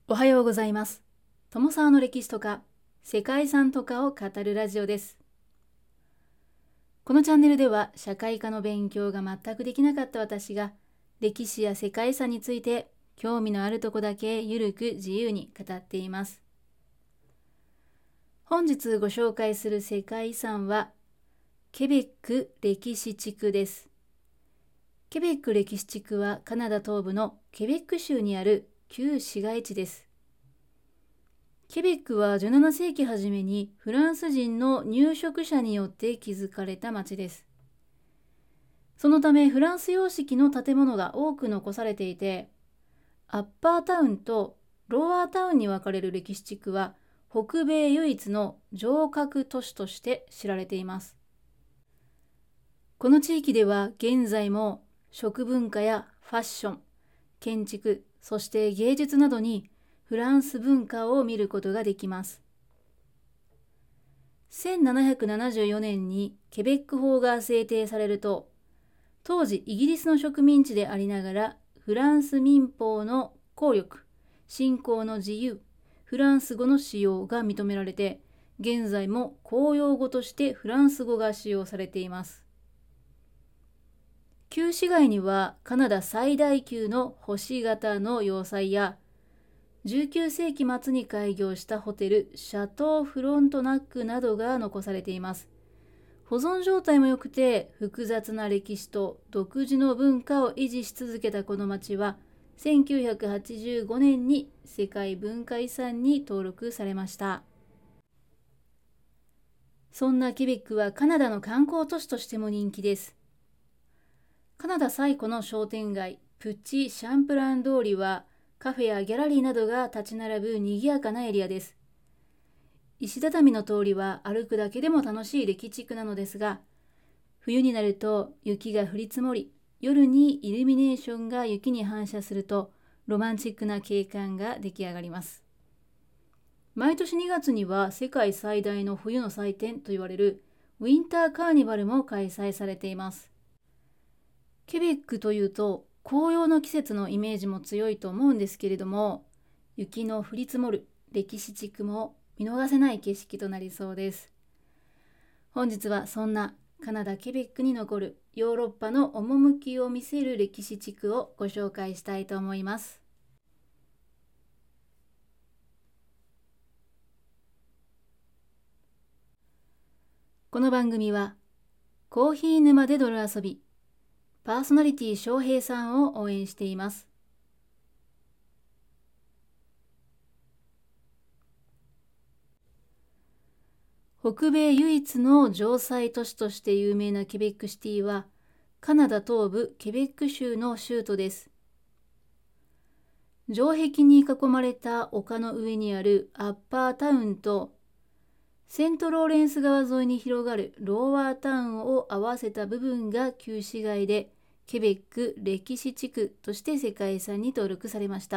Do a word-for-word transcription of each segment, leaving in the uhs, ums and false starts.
おはようございます。友沢の歴史とか世界遺産とかを語るラジオです。このチャンネルでは社会科の勉強が全くできなかった私が歴史や世界遺産について興味のあるとこだけゆるく自由に語っています。本日ご紹介する世界遺産はケベック歴史地区です。ケベック歴史地区はカナダ東部のケベック州にある旧市街地です。ケベックはじゅうななせいき初めにフランス人の入植者によって築かれた町です。そのためフランス様式の建物が多く残されていて、アッパータウンとローアータウンに分かれる歴史地区は北米唯一の城郭都市として知られています。この地域では現在も食文化やファッション、建築、そして芸術などにフランス文化を見ることができます。せんななひゃくななじゅうよねんにケベック法が制定されると、当時イギリスの植民地でありながらフランス民法の効力、信仰の自由、フランス語の使用が認められて、現在も公用語としてフランス語が使用されています。旧市街にはカナダ最大級の星型の要塞やじゅうきゅうせいき末に開業したホテルシャトーフロントナックなどが残されています。保存状態も良くて複雑な歴史と独自の文化を維持し続けたこの町はせんきゅうひゃくはちじゅうごねんに世界文化遺産に登録されました。そんなケベックはカナダの観光都市としても人気です。カナダ最古の商店街プッチ・シャンプラン通りはカフェやギャラリーなどが立ち並ぶ賑やかなエリアです。石畳の通りは歩くだけでも楽しい歴地区なのですが、冬になると雪が降り積もり、夜にイルミネーションが雪に反射するとロマンチックな景観が出来上がります。毎年にがつには世界最大の冬の祭典と言われるウィンターカーニバルも開催されています。ケベックというと紅葉の季節のイメージも強いと思うんですけれども、雪の降り積もる歴史地区も見逃せない景色となりそうです。本日はそんなカナダ・ケベックに残るヨーロッパの趣を見せる歴史地区をご紹介したいと思います。この番組はコーヒー沼で泥遊びパーソナリティ翔平さんを応援しています。北米唯一の城塞都市として有名なケベックシティはカナダ東部ケベック州の州都です。城壁に囲まれた丘の上にあるアッパータウンとセントローレンス川沿いに広がるローアータウンを合わせた部分が旧市街でケベック歴史地区として世界遺産に登録されました。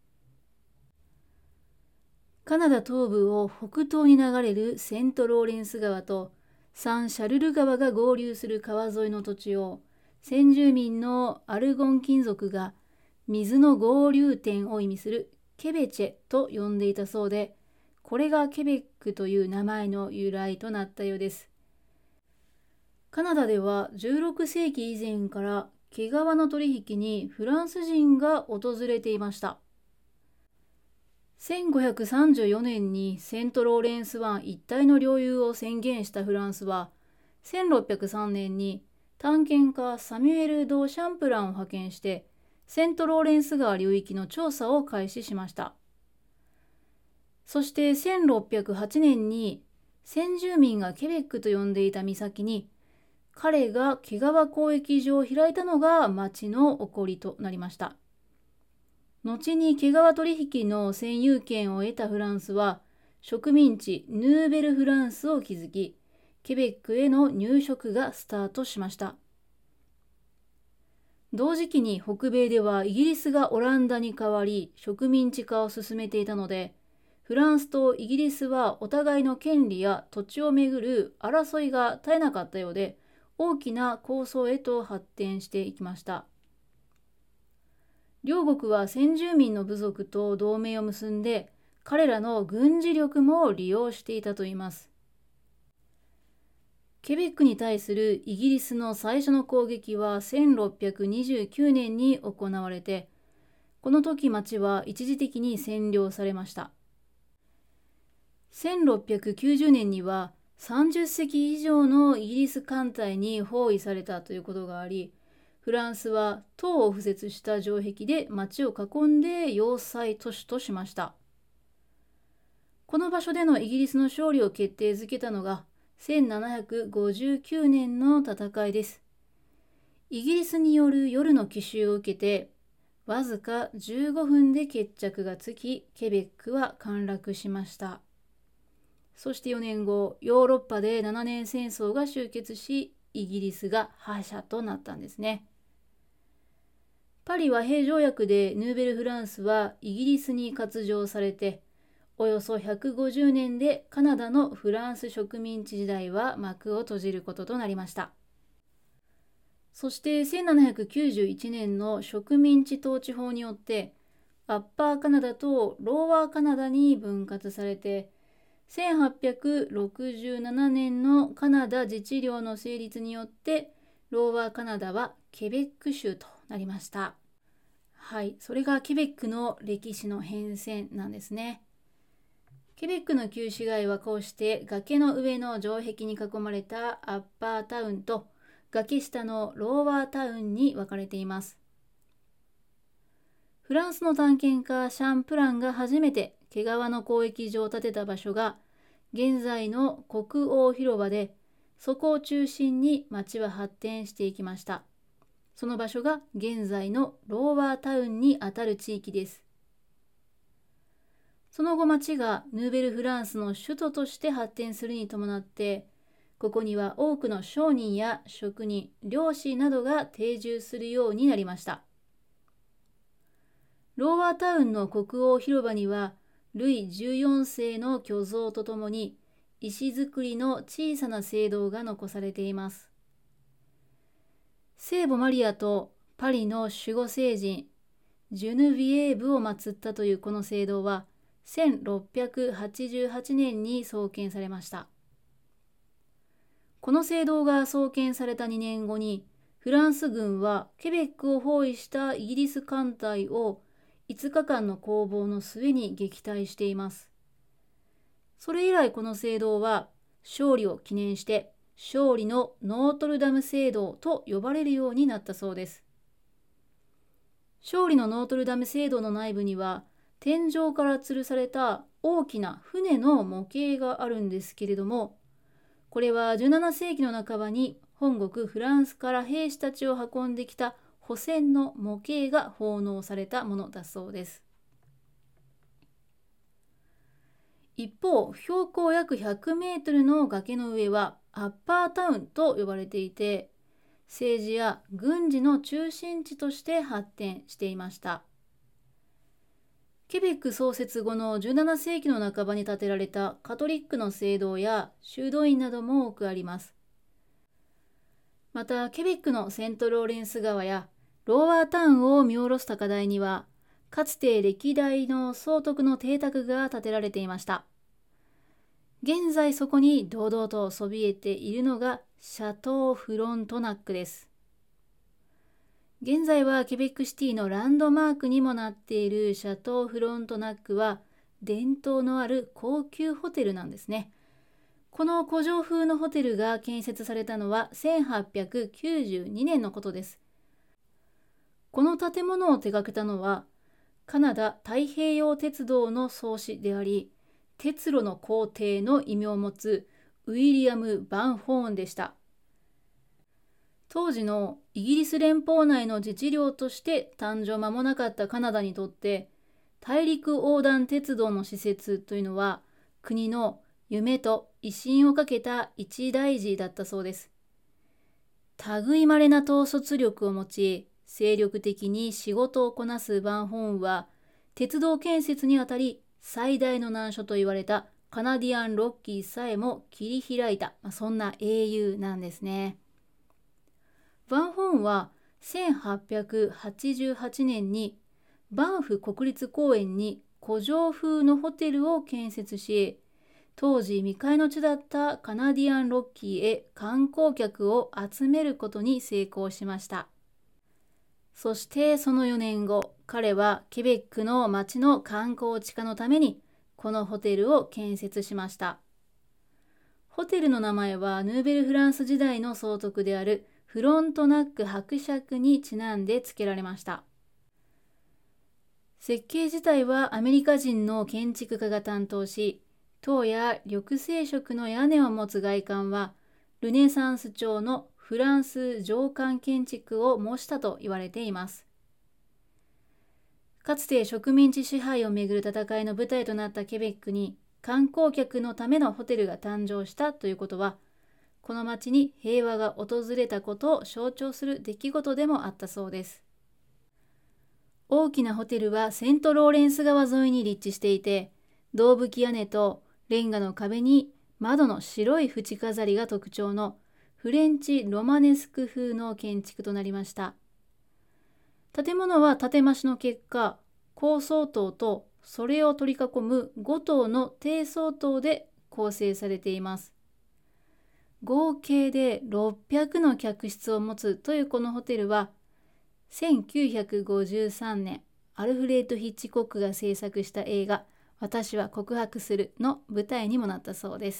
カナダ東部を北東に流れるセントローレンス川とサンシャルル川が合流する川沿いの土地を先住民のアルゴン金属が水の合流点を意味するケベチェと呼んでいたそうで、これがケベックという名前の由来となったようです。カナダではじゅうろくせいき以前から毛皮の取引にフランス人が訪れていました。せんごひゃくさんじゅうよねんにセントローレンス湾一帯の領有を宣言したフランスは、せんろっぴゃくさんねんに探検家サミュエル・ド・シャンプランを派遣してセントローレンス川流域の調査を開始しました。そしてせんろっぴゃくはちねんに先住民がケベックと呼んでいた岬に彼が毛皮交易所を開いたのが町の起こりとなりました。後に毛皮取引の占有権を得たフランスは植民地ヌーベルフランスを築き、ケベックへの入植がスタートしました。同時期に北米ではイギリスがオランダに代わり植民地化を進めていたので、フランスとイギリスはお互いの権利や土地をめぐる争いが絶えなかったようで、大きな構想へと発展していきました。 両国は先住民の部族と同盟を結んで、彼らの軍事力も利用していたといいます。ケベックに対するイギリスの最初の攻撃はせんろっぴゃくにじゅうきゅうねんに行われて、この時町は一時的に占領されました。せんろっぴゃくきゅうじゅうねんにはさんじゅっせき以上のイギリス艦隊に包囲されたということがあり、フランスは塔を敷設した城壁で町を囲んで要塞都市としました。この場所でのイギリスの勝利を決定づけたのがせんななひゃくごじゅうきゅうねんの戦いです。イギリスによる夜の奇襲を受けて、わずかじゅうごふんで決着がつき、ケベックは陥落しました。そしてよねんご、ヨーロッパでななねん戦争が終結し、イギリスが敗者となったんですね。パリ和平条約でヌーベルフランスはイギリスに割譲されて、およそひゃくごじゅうねんでカナダのフランス植民地時代は幕を閉じることとなりました。そしてせんななひゃくきゅうじゅういちねんの植民地統治法によってアッパーカナダとローワーカナダに分割されて、せんはっぴゃくろくじゅうななねんのカナダ自治領の成立によってローワーカナダはケベック州となりました。はい、それがケベックの歴史の変遷なんですね。ケベックの旧市街はこうして崖の上の城壁に囲まれたアッパータウンと崖下のローワータウンに分かれています。フランスの探検家シャンプランが初めて毛皮の交易所を建てた場所が現在の国王広場で、そこを中心に町は発展していきました。その場所が現在のローワータウンにあたる地域です。その後町がヌーベルフランスの首都として発展するに伴って、ここには多くの商人や職人、漁師などが定住するようになりました。ローワータウンの国王広場には、ルイじゅうよんせいの巨像とともに石造りの小さな聖堂が残されています。聖母マリアとパリの守護聖人ジュヌビエーブを祀ったというこの聖堂はせんろっぴゃくはちじゅうはちねんに創建されました。この聖堂が創建されたにねんごにフランス軍はケベックを包囲したイギリス艦隊をいつかかんの攻防の末に撃退しています。それ以来この聖堂は勝利を記念して勝利のノートルダム聖堂と呼ばれるようになったそうです。勝利のノートルダム聖堂の内部には天井から吊るされた大きな船の模型があるんですけれども、これはじゅうななせいきの半ばに本国フランスから兵士たちを運んできた補船の模型が奉納されたものだそうです。一方、標高約ひゃくメートルの崖の上はアッパータウンと呼ばれていて、政治や軍事の中心地として発展していました。ケベック創設後のじゅうななせいきの半ばに建てられたカトリックの聖堂や修道院なども多くあります。また、ケベックのセントローレンス川やローワータウンを見下ろす高台には、かつて歴代の総督の邸宅が建てられていました。現在そこに堂々とそびえているのがシャトー・フロントナックです。現在はケベックシティのランドマークにもなっているシャトー・フロントナックは伝統のある高級ホテルなんですね。この古城風のホテルが建設されたのはせんはっぴゃくきゅうじゅうにねんのことです。この建物を手掛けたのはカナダ太平洋鉄道の創始であり、鉄路の皇帝の異名を持つウィリアム・バン・ホーンでした。当時のイギリス連邦内の自治領として誕生間もなかったカナダにとって、大陸横断鉄道の施設というのは国の夢と威信をかけた一大事だったそうです。類いまれな統率力を持ち、精力的に仕事をこなすバンホーンは、鉄道建設にあたり最大の難所と言われたカナディアンロッキーさえも切り開いた、まあ、そんな英雄なんですね。バンホーンはせんはっぴゃくはちじゅうはちねんにバンフ国立公園に古城風のホテルを建設し、当時未開の地だったカナディアンロッキーへ観光客を集めることに成功しました。そしてそのよねんご、彼はケベックの町の観光地化のためにこのホテルを建設しました。ホテルの名前はヌーベルフランス時代の総督であるフロントナック伯爵にちなんで付けられました。設計自体はアメリカ人の建築家が担当し、塔や緑青色の屋根を持つ外観はルネサンス調のフランス城館建築を模したと言われています。かつて植民地支配をめぐる戦いの舞台となったケベックに観光客のためのホテルが誕生したということは、この町に平和が訪れたことを象徴する出来事でもあったそうです。大きなホテルはセントローレンス川沿いに立地していて、銅葺き屋根とレンガの壁に窓の白い縁飾りが特徴のフレンチロマネスク風の建築となりました。建物は建て増しの結果、高層棟とそれを取り囲むご棟の低層棟で構成されています。合計でろっぴゃくの客室を持つというこのホテルは、せんきゅうひゃくごじゅうさんねん、アルフレッド・ヒッチコックが制作した映画、私は告白するの舞台にもなったそうです。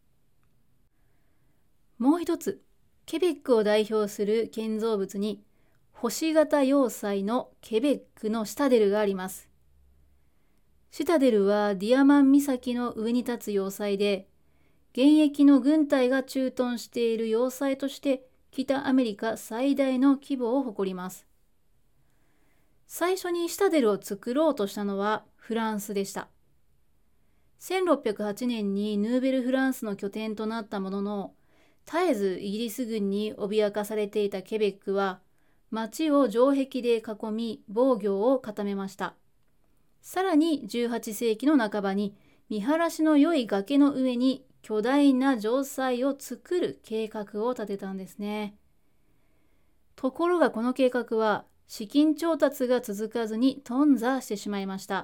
もう一つ、ケベックを代表する建造物に、星型要塞のケベックのシタデルがあります。シタデルはディアマン岬の上に立つ要塞で、現役の軍隊が駐屯している要塞として北アメリカ最大の規模を誇ります。最初にシタデルを作ろうとしたのはフランスでした。せんろっぴゃくはちねんにヌーベルフランスの拠点となったものの、絶えずイギリス軍に脅かされていたケベックは、町を城壁で囲み防御を固めました。さらにじゅうはちせいきの半ばに見晴らしの良い崖の上に巨大な城塞を作る計画を立てたんですね。ところがこの計画は資金調達が続かずに頓挫してしまいました。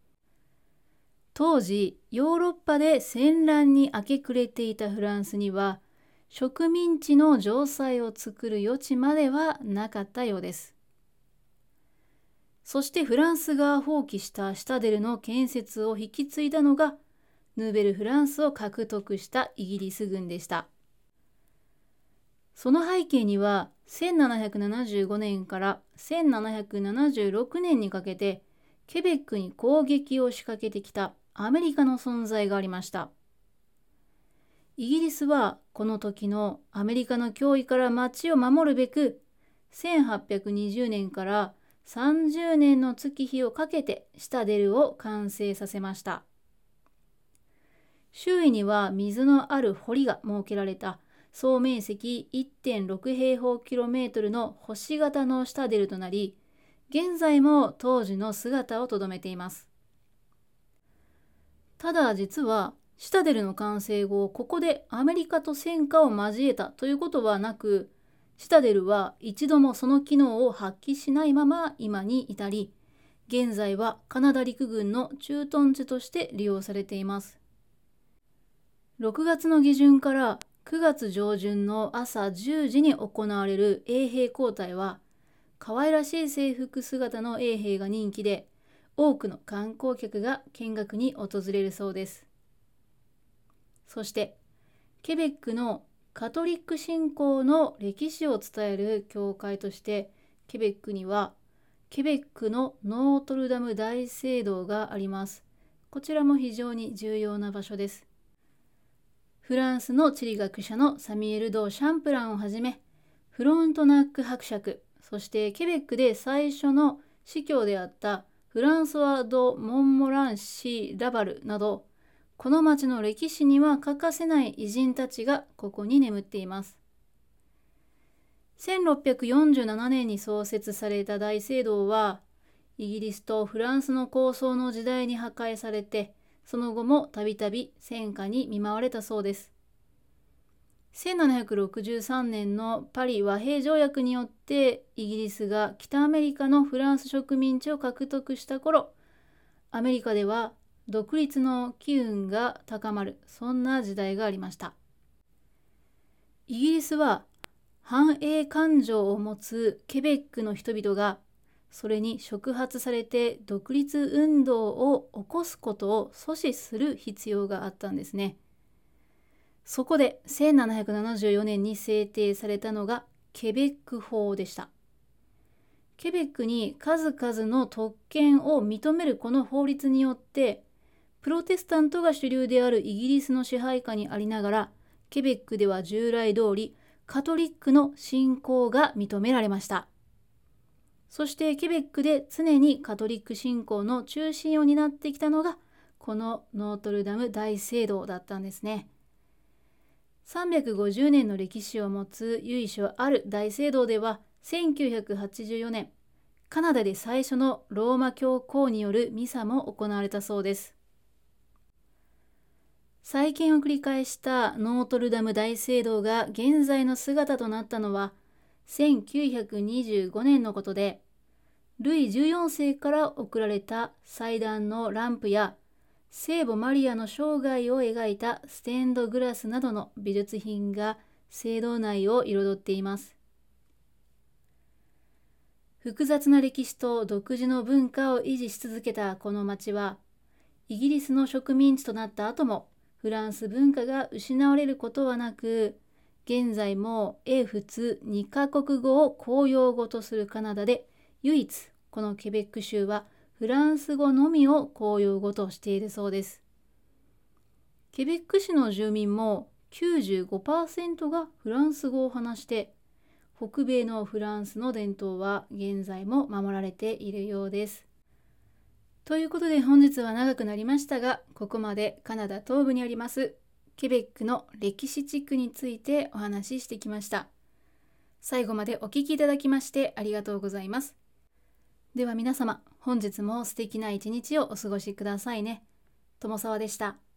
当時ヨーロッパで戦乱に明け暮れていたフランスには植民地の城塞を作る余地まではなかったようです。そしてフランスが放棄したシタデルの建設を引き継いだのがヌーベルフランスを獲得したイギリス軍でした。その背景にはせんななひゃくななじゅうごねんからせんななひゃくななじゅうろくねんにかけてケベックに攻撃を仕掛けてきたアメリカの存在がありました。イギリスはこの時のアメリカの脅威から町を守るべくせんはっぴゃくにじゅうねんからさんじゅうねんの月日をかけてシタデルを完成させました。周囲には水のある堀が設けられた総面積 いってんろく 平方キロメートルの星型のシタデルとなり、現在も当時の姿をとどめています。ただ実はシタデルの完成後、ここでアメリカと戦火を交えたということはなく、シタデルは一度もその機能を発揮しないまま今に至り、現在はカナダ陸軍の駐屯地として利用されています。ろくがつの下旬からくがつ上旬の朝じゅうじに行われる衛兵交代は、可愛らしい制服姿の衛兵が人気で、多くの観光客が見学に訪れるそうです。そして、ケベックのカトリック信仰の歴史を伝える教会として、ケベックにはケベックのノートルダム大聖堂があります。こちらも非常に重要な場所です。フランスの地理学者のサミュエル・ドー・シャンプランをはじめ、フロントナック伯爵、そしてケベックで最初の司教であったフランソワ・ド・モンモランシー・ラバルなど、この町の歴史には欠かせない偉人たちがここに眠っています。せんろっぴゃくよんじゅうななねんに創設された大聖堂は、イギリスとフランスの抗争の時代に破壊されて、その後もたびたび戦火に見舞われたそうです。 せんななひゃくろくじゅうさんねんのパリ和平条約によってイギリスが北アメリカのフランス植民地を獲得した頃、アメリカでは独立の機運が高まる、そんな時代がありました。イギリスは反英感情を持つケベックの人々がそれに触発されて独立運動を起こすことを阻止する必要があったんですね。そこでせんななひゃくななじゅうよねんに制定されたのがケベック法でした。ケベックに数々の特権を認めるこの法律によって、プロテスタントが主流であるイギリスの支配下にありながら、ケベックでは従来通りカトリックの信仰が認められました。そしてケベックで常にカトリック信仰の中心を担ってきたのがこのノートルダム大聖堂だったんですね。さんびゃくごじゅうねんの歴史を持つ由緒ある大聖堂ではせんきゅうひゃくはちじゅうよねん、カナダで最初のローマ教皇によるミサも行われたそうです。再建を繰り返したノートルダム大聖堂が現在の姿となったのはせんきゅうひゃくにじゅうごねんのことで、ルイじゅうよんせいから贈られた祭壇のランプや聖母マリアの生涯を描いたステンドグラスなどの美術品が聖堂内を彩っています。複雑な歴史と独自の文化を維持し続けたこの町は、イギリスの植民地となった後もフランス文化が失われることはなく、現在も英仏にカ国語を公用語とするカナダで唯一このケベック州はフランス語のみを公用語としているそうです。ケベック市の住民も きゅうじゅうごパーセント がフランス語を話して、北米のフランスの伝統は現在も守られているようです。ということで本日は長くなりましたが、ここまでカナダ東部にありますケベックの歴史地区についてお話ししてきました。最後までお聞きいただきましてありがとうございます。では皆様、本日も素敵な一日をお過ごしくださいね。友沢でした。